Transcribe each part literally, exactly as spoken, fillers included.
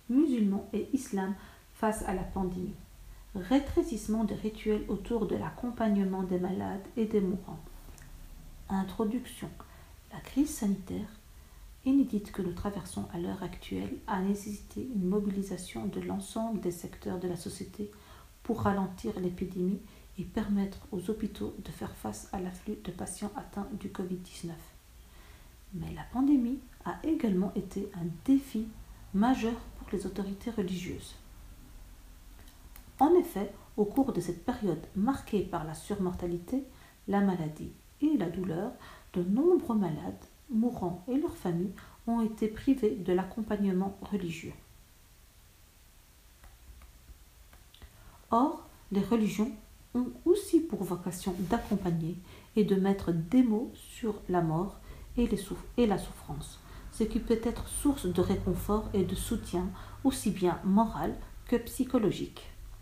musulmans et islam face à la pandémie. Rétrécissement des rituels autour de l'accompagnement des malades et des mourants. Introduction. La crise sanitaire, inédite que nous traversons à l'heure actuelle, a nécessité une mobilisation de l'ensemble des secteurs de la société pour ralentir l'épidémie et permettre aux hôpitaux de faire face à l'afflux de patients atteints du covid dix-neuf. Mais la pandémie a également été un défi majeur pour les autorités religieuses. En effet, au cours de cette période marquée par la surmortalité, la maladie et la douleur, de nombreux malades, mourants et leurs familles ont été privés de l'accompagnement religieux. Or, les religions ont aussi pour vocation d'accompagner et de mettre des mots sur la mort et, les souff- et la souffrance, ce qui peut être source de réconfort et de soutien aussi bien moral que psychologique.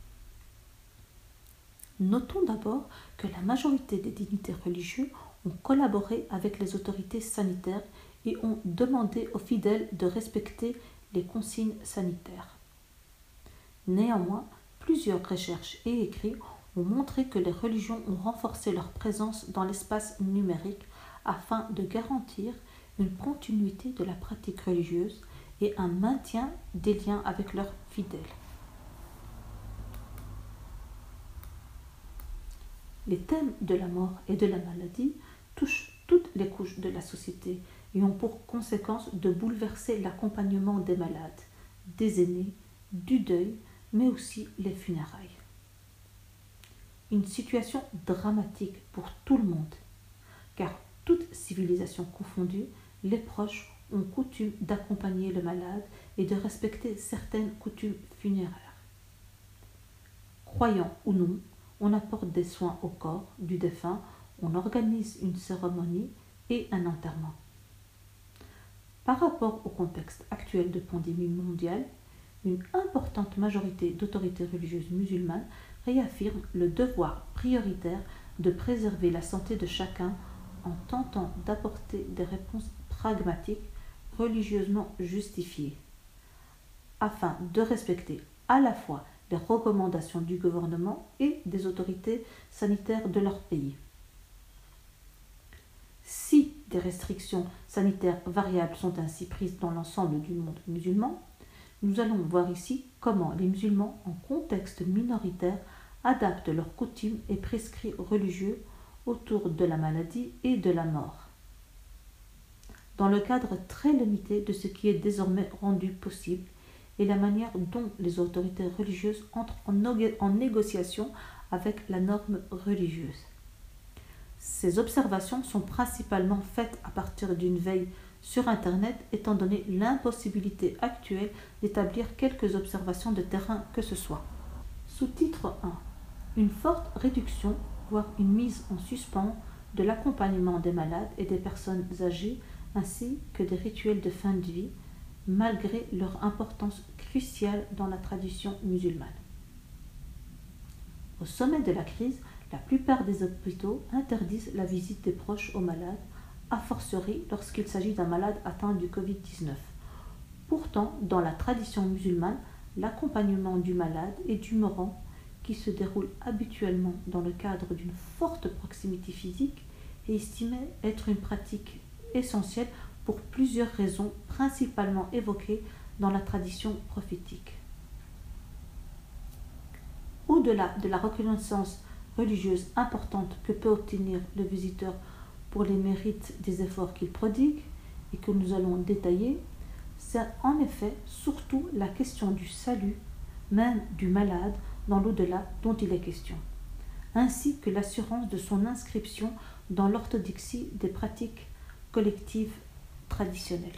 Notons d'abord que la majorité des dignitaires religieux ont collaboré avec les autorités sanitaires et ont demandé aux fidèles de respecter les consignes sanitaires. Néanmoins, plusieurs recherches et écrits ont montré que les religions ont renforcé leur présence dans l'espace numérique afin de garantir une continuité de la pratique religieuse et un maintien des liens avec leurs fidèles. Les thèmes de la mort et de la maladie touchent toutes les couches de la société et ont pour conséquence de bouleverser l'accompagnement des malades, des aînés, du deuil, mais aussi les funérailles. Une situation dramatique pour tout le monde, car toute civilisation confondue, les proches ont coutume d'accompagner le malade et de respecter certaines coutumes funéraires. Croyant ou non, on apporte des soins au corps du défunt, on organise une cérémonie et un enterrement. Par rapport au contexte actuel de pandémie mondiale, une importante majorité d'autorités religieuses musulmanes réaffirme le devoir prioritaire de préserver la santé de chacun en tentant d'apporter des réponses pragmatiques, religieusement justifiées, afin de respecter à la fois les recommandations du gouvernement et des autorités sanitaires de leur pays. Si des restrictions sanitaires variables sont ainsi prises dans l'ensemble du monde musulman, nous allons voir ici comment les musulmans en contexte minoritaire adaptent leurs coutumes et prescrits religieux autour de la maladie et de la mort, dans le cadre très limité de ce qui est désormais rendu possible et la manière dont les autorités religieuses entrent en, en négociation avec la norme religieuse. Ces observations sont principalement faites à partir d'une veille sur Internet, étant donné l'impossibilité actuelle d'établir quelques observations de terrain que ce soit. Sous-titre un. Une forte réduction, voire une mise en suspens de l'accompagnement des malades et des personnes âgées, ainsi que des rituels de fin de vie, malgré leur importance cruciale dans la tradition musulmane. Au sommet de la crise, la plupart des hôpitaux interdisent la visite des proches aux malades, a fortiori lorsqu'il s'agit d'un malade atteint du covid dix-neuf. Pourtant, dans la tradition musulmane, l'accompagnement du malade et du mourant, qui se déroule habituellement dans le cadre d'une forte proximité physique, est estimé être une pratique essentielle pour plusieurs raisons principalement évoquées dans la tradition prophétique. Au-delà de la reconnaissance religieuse importante que peut obtenir le visiteur pour les mérites des efforts qu'il prodigue et que nous allons détailler, c'est en effet surtout la question du salut, même du malade, dans l'au-delà dont il est question, ainsi que l'assurance de son inscription dans l'orthodoxie des pratiques collectives traditionnelles.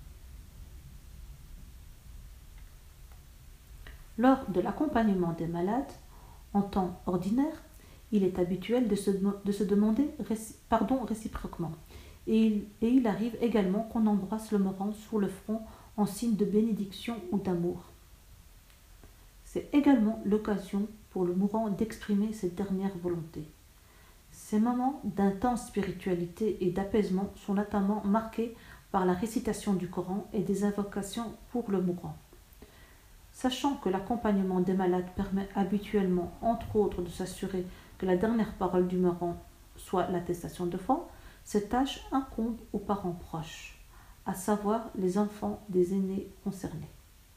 Lors de l'accompagnement des malades, en temps ordinaire, il est habituel de se, de se demander pardon réciproquement, et il, et il arrive également qu'on embrasse le mourant sur le front en signe de bénédiction ou d'amour. C'est également l'occasion pour le mourant d'exprimer ses dernières volontés. Ces moments d'intense spiritualité et d'apaisement sont notamment marqués par la récitation du Coran et des invocations pour le mourant. Sachant que l'accompagnement des malades permet habituellement, entre autres, de s'assurer que la dernière parole du mourant soit l'attestation de foi, cette tâche incombe aux parents proches, à savoir les enfants des aînés concernés.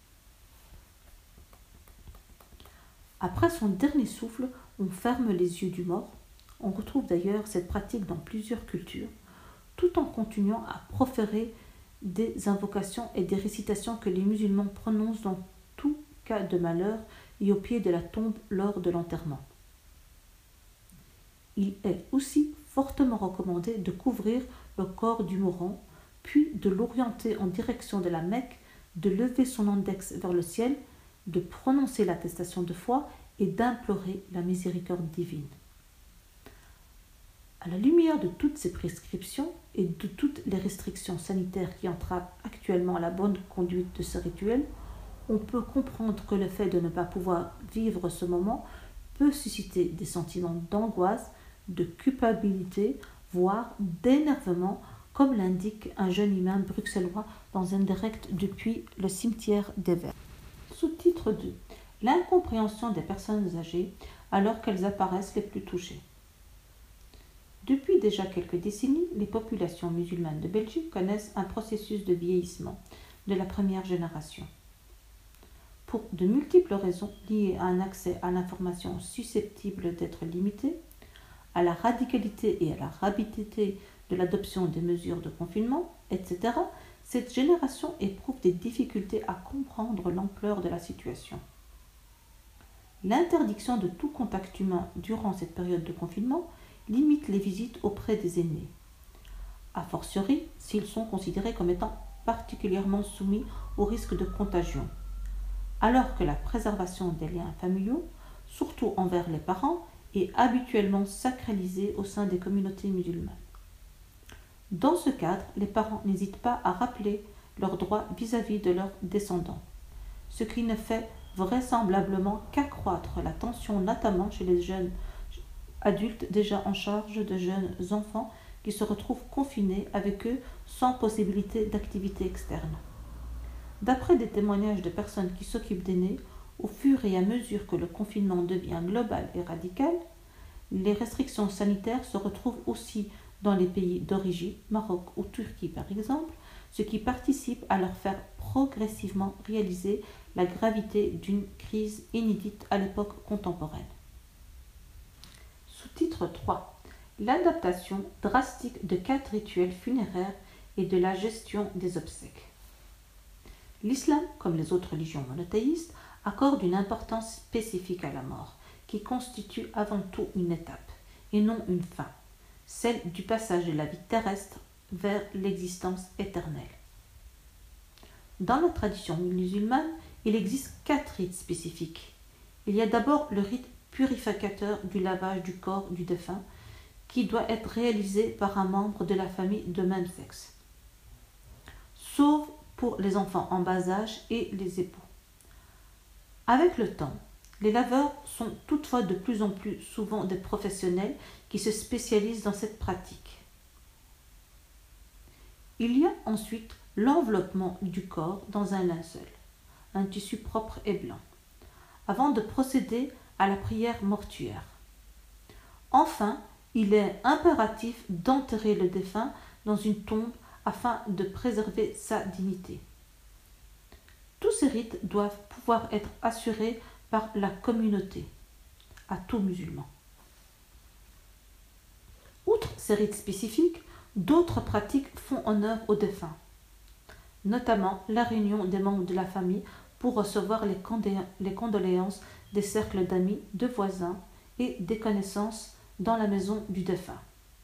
Après son dernier souffle, on ferme les yeux du mort. On retrouve d'ailleurs cette pratique dans plusieurs cultures, tout en continuant à proférer des invocations et des récitations que les musulmans prononcent dans tout cas de malheur et au pied de la tombe lors de l'enterrement. Il est aussi fortement recommandé de couvrir le corps du mourant, puis de l'orienter en direction de la Mecque, de lever son index vers le ciel, de prononcer l'attestation de foi et d'implorer la miséricorde divine. À la lumière de toutes ces prescriptions et de toutes les restrictions sanitaires qui entravent actuellement la bonne conduite de ce rituel, on peut comprendre que le fait de ne pas pouvoir vivre ce moment peut susciter des sentiments d'angoisse, de culpabilité, voire d'énervement, comme l'indique un jeune imam bruxellois dans un direct depuis le cimetière des Verts. Sous-titre deux. L'incompréhension des personnes âgées alors qu'elles apparaissent les plus touchées. Depuis déjà quelques décennies, les populations musulmanes de Belgique connaissent un processus de vieillissement de la première génération. Pour de multiples raisons liées à un accès à l'information susceptible d'être limité, à la radicalité et à la rapidité de l'adoption des mesures de confinement, et cetera, cette génération éprouve des difficultés à comprendre l'ampleur de la situation. L'interdiction de tout contact humain durant cette période de confinement limite les visites auprès des aînés, a fortiori s'ils sont considérés comme étant particulièrement soumis au risque de contagion, alors que la préservation des liens familiaux, surtout envers les parents, est habituellement sacralisée au sein des communautés musulmanes. Dans ce cadre, les parents n'hésitent pas à rappeler leurs droits vis-à-vis de leurs descendants, ce qui ne fait vraisemblablement qu'accroître la tension, notamment chez les jeunes adultes déjà en charge de jeunes enfants qui se retrouvent confinés avec eux sans possibilité d'activité externe. D'après des témoignages de personnes qui s'occupent d'aînés, au fur et à mesure que le confinement devient global et radical, les restrictions sanitaires se retrouvent aussi dans les pays d'origine, Maroc ou Turquie par exemple, ce qui participe à leur faire progressivement réaliser la gravité d'une crise inédite à l'époque contemporaine. Sous-titre trois. L'adaptation drastique de quatre rituels funéraires et de la gestion des obsèques. L'islam, comme les autres religions monothéistes, accorde une importance spécifique à la mort, qui constitue avant tout une étape, et non une fin, celle du passage de la vie terrestre vers l'existence éternelle. Dans la tradition musulmane, il existe quatre rites spécifiques. Il y a d'abord le rite purificateur du lavage du corps du défunt, qui doit être réalisé par un membre de la famille de même sexe, sauf pour les enfants en bas âge et les époux. Avec le temps, les laveurs sont toutefois de plus en plus souvent des professionnels qui se spécialisent dans cette pratique. Il y a ensuite l'enveloppement du corps dans un linceul, un tissu propre et blanc, avant de procéder à la prière mortuaire. Enfin, il est impératif d'enterrer le défunt dans une tombe afin de préserver sa dignité. Tous ces rites doivent pouvoir être assurés par la communauté, à tout musulman. Outre ces rites spécifiques, d'autres pratiques font honneur aux défunts, notamment la réunion des membres de la famille pour recevoir les, condé- les condoléances des cercles d'amis, de voisins et des connaissances dans la maison du défunt.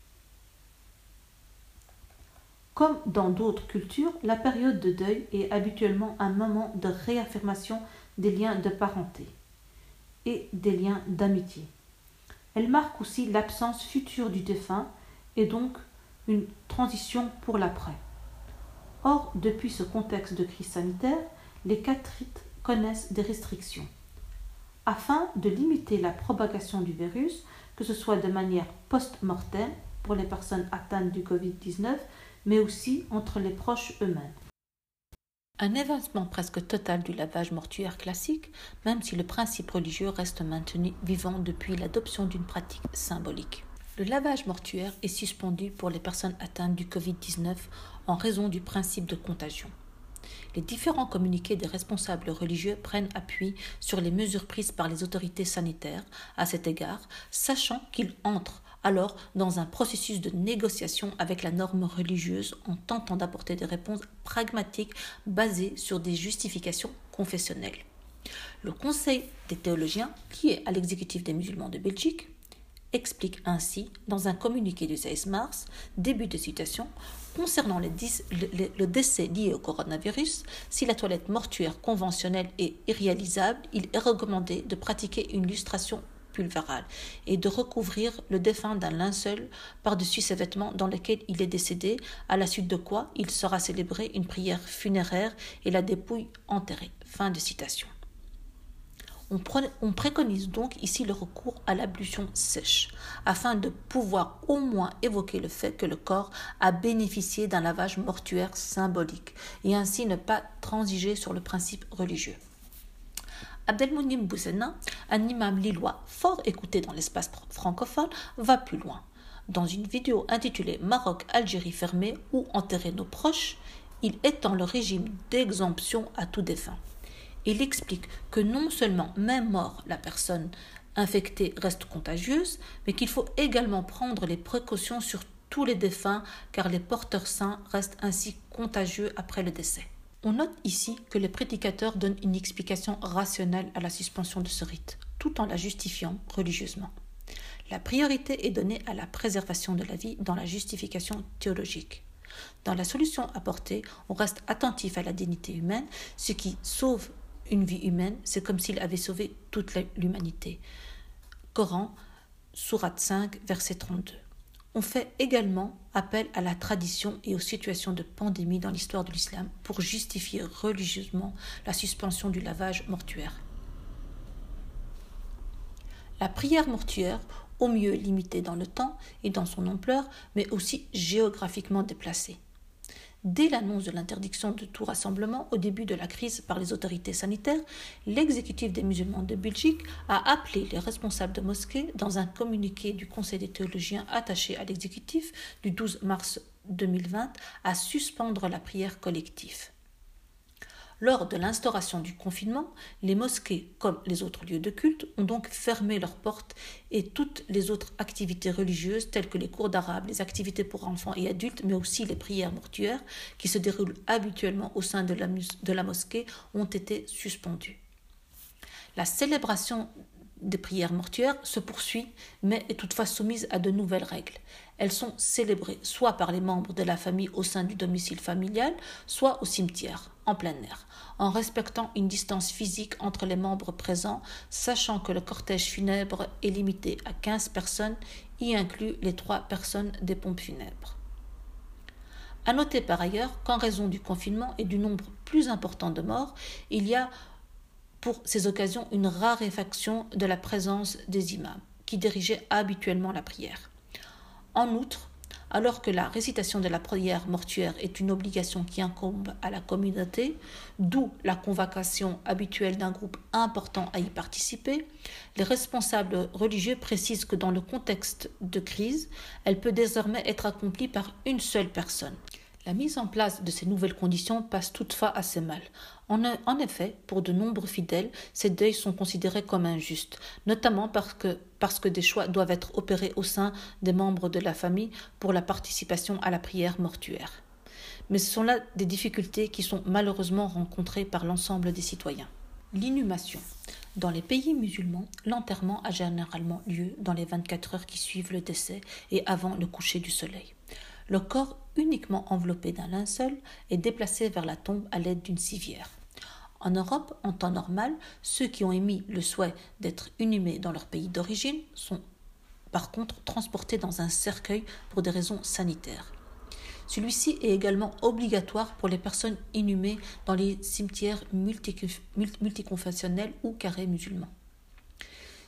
Comme dans d'autres cultures, la période de deuil est habituellement un moment de réaffirmation des liens de parenté et des liens d'amitié. Elle marque aussi l'absence future du défunt et donc une transition pour l'après. Or, depuis ce contexte de crise sanitaire, les quatre rites connaissent des restrictions. Afin de limiter la propagation du virus, que ce soit de manière post-mortem pour les personnes atteintes du covid dix-neuf, mais aussi entre les proches eux-mêmes. Un évincement presque total du lavage mortuaire classique, même si le principe religieux reste maintenu vivant depuis l'adoption d'une pratique symbolique. Le lavage mortuaire est suspendu pour les personnes atteintes du covid dix-neuf en raison du principe de contagion. Les différents communiqués des responsables religieux prennent appui sur les mesures prises par les autorités sanitaires à cet égard, sachant qu'ils entrent alors dans un processus de négociation avec la norme religieuse en tentant d'apporter des réponses pragmatiques basées sur des justifications confessionnelles. Le Conseil des théologiens, qui est à l'exécutif des musulmans de Belgique, explique ainsi dans un communiqué du seize mars, début de citation, concernant les dix, le, le décès lié au coronavirus, si la toilette mortuaire conventionnelle est irréalisable, il est recommandé de pratiquer une lustration pulvérale et de recouvrir le défunt d'un linceul par-dessus ses vêtements dans lesquels il est décédé, à la suite de quoi il sera célébré une prière funéraire et la dépouille enterrée. Fin de citation. On, pre- on préconise donc ici le recours à l'ablution sèche, afin de pouvoir au moins évoquer le fait que le corps a bénéficié d'un lavage mortuaire symbolique, et ainsi ne pas transiger sur le principe religieux. Abdelmounim Boussena, un imam lillois fort écouté dans l'espace francophone, va plus loin. Dans une vidéo intitulée « Maroc-Algérie fermée ou enterrer nos proches », il étend le régime d'exemption à tout défunt. Il explique que non seulement, même mort, la personne infectée reste contagieuse, mais qu'il faut également prendre les précautions sur tous les défunts, car les porteurs sains restent ainsi contagieux après le décès. On note ici que les prédicateurs donnent une explication rationnelle à la suspension de ce rite, tout en la justifiant religieusement. La priorité est donnée à la préservation de la vie dans la justification théologique. Dans la solution apportée, on reste attentif à la dignité humaine, ce qui sauve une vie humaine, c'est comme s'il avait sauvé toute l'humanité. Coran, sourate cinq, verset trente-deux. On fait également appel à la tradition et aux situations de pandémie dans l'histoire de l'islam pour justifier religieusement la suspension du lavage mortuaire. La prière mortuaire, au mieux limitée dans le temps et dans son ampleur, mais aussi géographiquement déplacée. Dès l'annonce de l'interdiction de tout rassemblement au début de la crise par les autorités sanitaires, l'exécutif des musulmans de Belgique a appelé les responsables de mosquées dans un communiqué du Conseil des théologiens attaché à l'exécutif du douze mars deux mille vingt à suspendre la prière collective. Lors de l'instauration du confinement, les mosquées, comme les autres lieux de culte, ont donc fermé leurs portes et toutes les autres activités religieuses telles que les cours d'arabe, les activités pour enfants et adultes, mais aussi les prières mortuaires qui se déroulent habituellement au sein de la, mus- de la mosquée ont été suspendues. La célébration des prières mortuaires se poursuit, mais est toutefois soumise à de nouvelles règles. Elles sont célébrées soit par les membres de la famille au sein du domicile familial, soit au cimetière, en plein air, en respectant une distance physique entre les membres présents, sachant que le cortège funèbre est limité à quinze personnes, y inclut les trois personnes des pompes funèbres. À noter par ailleurs qu'en raison du confinement et du nombre plus important de morts, il y a pour ces occasions une raréfaction de la présence des imams, qui dirigeaient habituellement la prière. En outre, alors que la récitation de la prière mortuaire est une obligation qui incombe à la communauté, d'où la convocation habituelle d'un groupe important à y participer, les responsables religieux précisent que dans le contexte de crise, elle peut désormais être accomplie par une seule personne. La mise en place de ces nouvelles conditions passe toutefois assez mal. En, en effet, pour de nombreux fidèles, ces deuils sont considérés comme injustes, notamment parce que, parce que des choix doivent être opérés au sein des membres de la famille pour la participation à la prière mortuaire. Mais ce sont là des difficultés qui sont malheureusement rencontrées par l'ensemble des citoyens. L'inhumation. Dans les pays musulmans, l'enterrement a généralement lieu dans les vingt-quatre heures qui suivent le décès et avant le coucher du soleil. Le corps, uniquement enveloppé d'un linceul, est déplacé vers la tombe à l'aide d'une civière. En Europe, en temps normal, ceux qui ont émis le souhait d'être inhumés dans leur pays d'origine sont par contre transportés dans un cercueil pour des raisons sanitaires. Celui-ci est également obligatoire pour les personnes inhumées dans les cimetières multiconfessionnels ou carrés musulmans.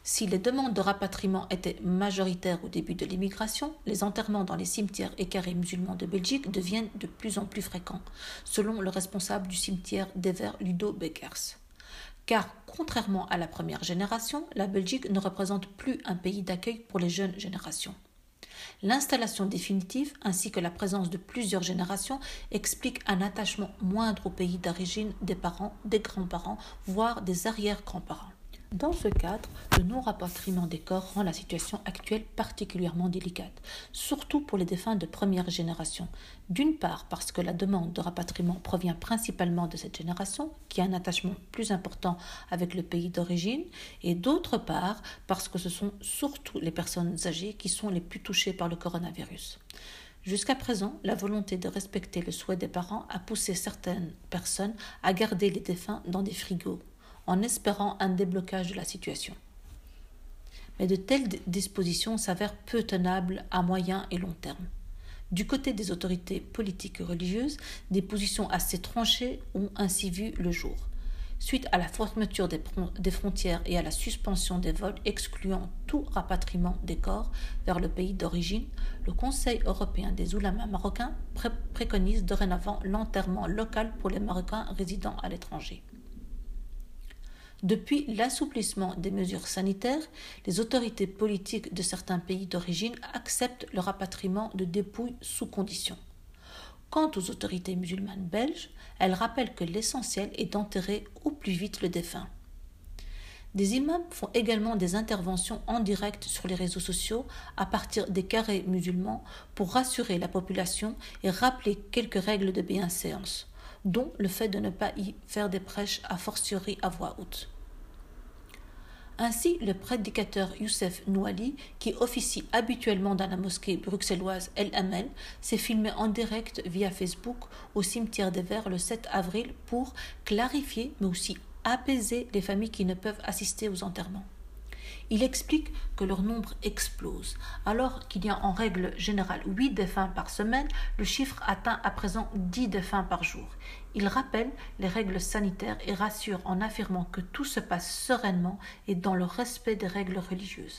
Si les demandes de rapatriement étaient majoritaires au début de l'immigration, les enterrements dans les cimetières et carrés musulmans de Belgique deviennent de plus en plus fréquents, selon le responsable du cimetière d'Ever, Ludo Beckers. Car, contrairement à la première génération, la Belgique ne représente plus un pays d'accueil pour les jeunes générations. L'installation définitive ainsi que la présence de plusieurs générations expliquent un attachement moindre au pays d'origine des parents, des grands-parents, voire des arrière-grands-parents. Dans ce cadre, le non-rapatriement des corps rend la situation actuelle particulièrement délicate, surtout pour les défunts de première génération. D'une part parce que la demande de rapatriement provient principalement de cette génération, qui a un attachement plus important avec le pays d'origine, et d'autre part parce que ce sont surtout les personnes âgées qui sont les plus touchées par le coronavirus. Jusqu'à présent, la volonté de respecter le souhait des parents a poussé certaines personnes à garder les défunts dans des frigos, en espérant un déblocage de la situation. Mais de telles dispositions s'avèrent peu tenables à moyen et long terme. Du côté des autorités politiques et religieuses, des positions assez tranchées ont ainsi vu le jour. Suite à la fermeture des frontières et à la suspension des vols excluant tout rapatriement des corps vers le pays d'origine, le Conseil européen des oulémas marocains pré- préconise dorénavant l'enterrement local pour les Marocains résidant à l'étranger. Depuis l'assouplissement des mesures sanitaires, les autorités politiques de certains pays d'origine acceptent le rapatriement de dépouilles sous conditions. Quant aux autorités musulmanes belges, elles rappellent que l'essentiel est d'enterrer au plus vite le défunt. Des imams font également des interventions en direct sur les réseaux sociaux à partir des carrés musulmans pour rassurer la population et rappeler quelques règles de bienséance, dont le fait de ne pas y faire des prêches a fortiori à voix haute. Ainsi, le prédicateur Youssef Nouali, qui officie habituellement dans la mosquée bruxelloise El Amel, s'est filmé en direct via Facebook au cimetière des Verts le sept avril pour clarifier, mais aussi apaiser les familles qui ne peuvent assister aux enterrements. Il explique que leur nombre explose. Alors qu'il y a en règle générale huit défunts par semaine, le chiffre atteint à présent dix défunts par jour. Il rappelle les règles sanitaires et rassure en affirmant que tout se passe sereinement et dans le respect des règles religieuses.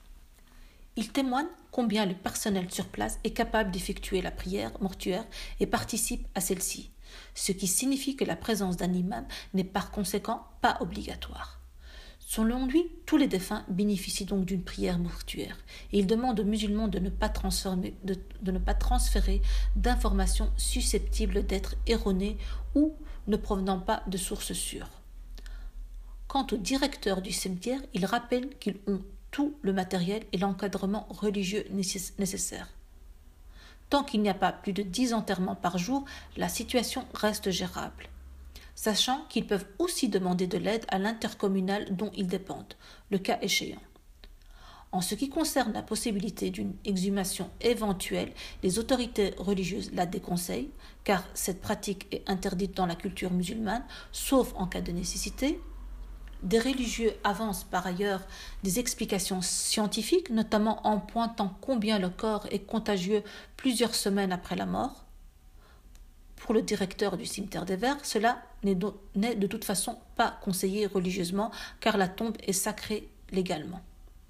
Il témoigne combien le personnel sur place est capable d'effectuer la prière mortuaire et participe à celle-ci, ce qui signifie que la présence d'un imam n'est par conséquent pas obligatoire. Selon lui, tous les défunts bénéficient donc d'une prière mortuaire et il demande aux musulmans de ne pas, transformer, de, de ne pas transférer d'informations susceptibles d'être erronées ou ne provenant pas de sources sûres. Quant au directeur du cimetière, il rappelle qu'ils ont tout le matériel et l'encadrement religieux nécessaire. Tant qu'il n'y a pas plus de dix enterrements par jour, la situation reste gérable, sachant qu'ils peuvent aussi demander de l'aide à l'intercommunal dont ils dépendent, le cas échéant. En ce qui concerne la possibilité d'une exhumation éventuelle, les autorités religieuses la déconseillent, car cette pratique est interdite dans la culture musulmane, sauf en cas de nécessité. Des religieux avancent par ailleurs des explications scientifiques, notamment en pointant combien le corps est contagieux plusieurs semaines après la mort. Pour le directeur du cimetière des Verts, cela n'est de toute façon pas conseillé religieusement car la tombe est sacrée légalement.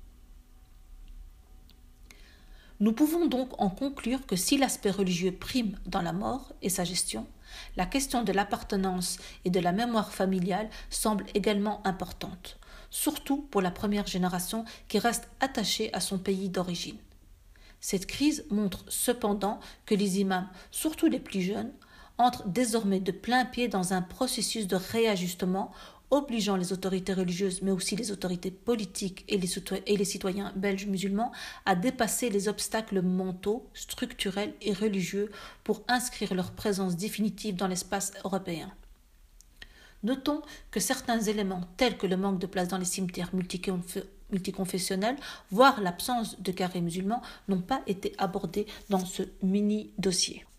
Nous pouvons donc en conclure que si l'aspect religieux prime dans la mort et sa gestion, la question de l'appartenance et de la mémoire familiale semble également importante, surtout pour la première génération qui reste attachée à son pays d'origine. Cette crise montre cependant que les imams, surtout les plus jeunes, entrent désormais de plein pied dans un processus de réajustement obligeant les autorités religieuses, mais aussi les autorités politiques et les, et les citoyens belges musulmans à dépasser les obstacles mentaux, structurels et religieux pour inscrire leur présence définitive dans l'espace européen. Notons que certains éléments, tels que le manque de place dans les cimetières multiconfessionnels, voire l'absence de carrés musulmans, n'ont pas été abordés dans ce mini-dossier.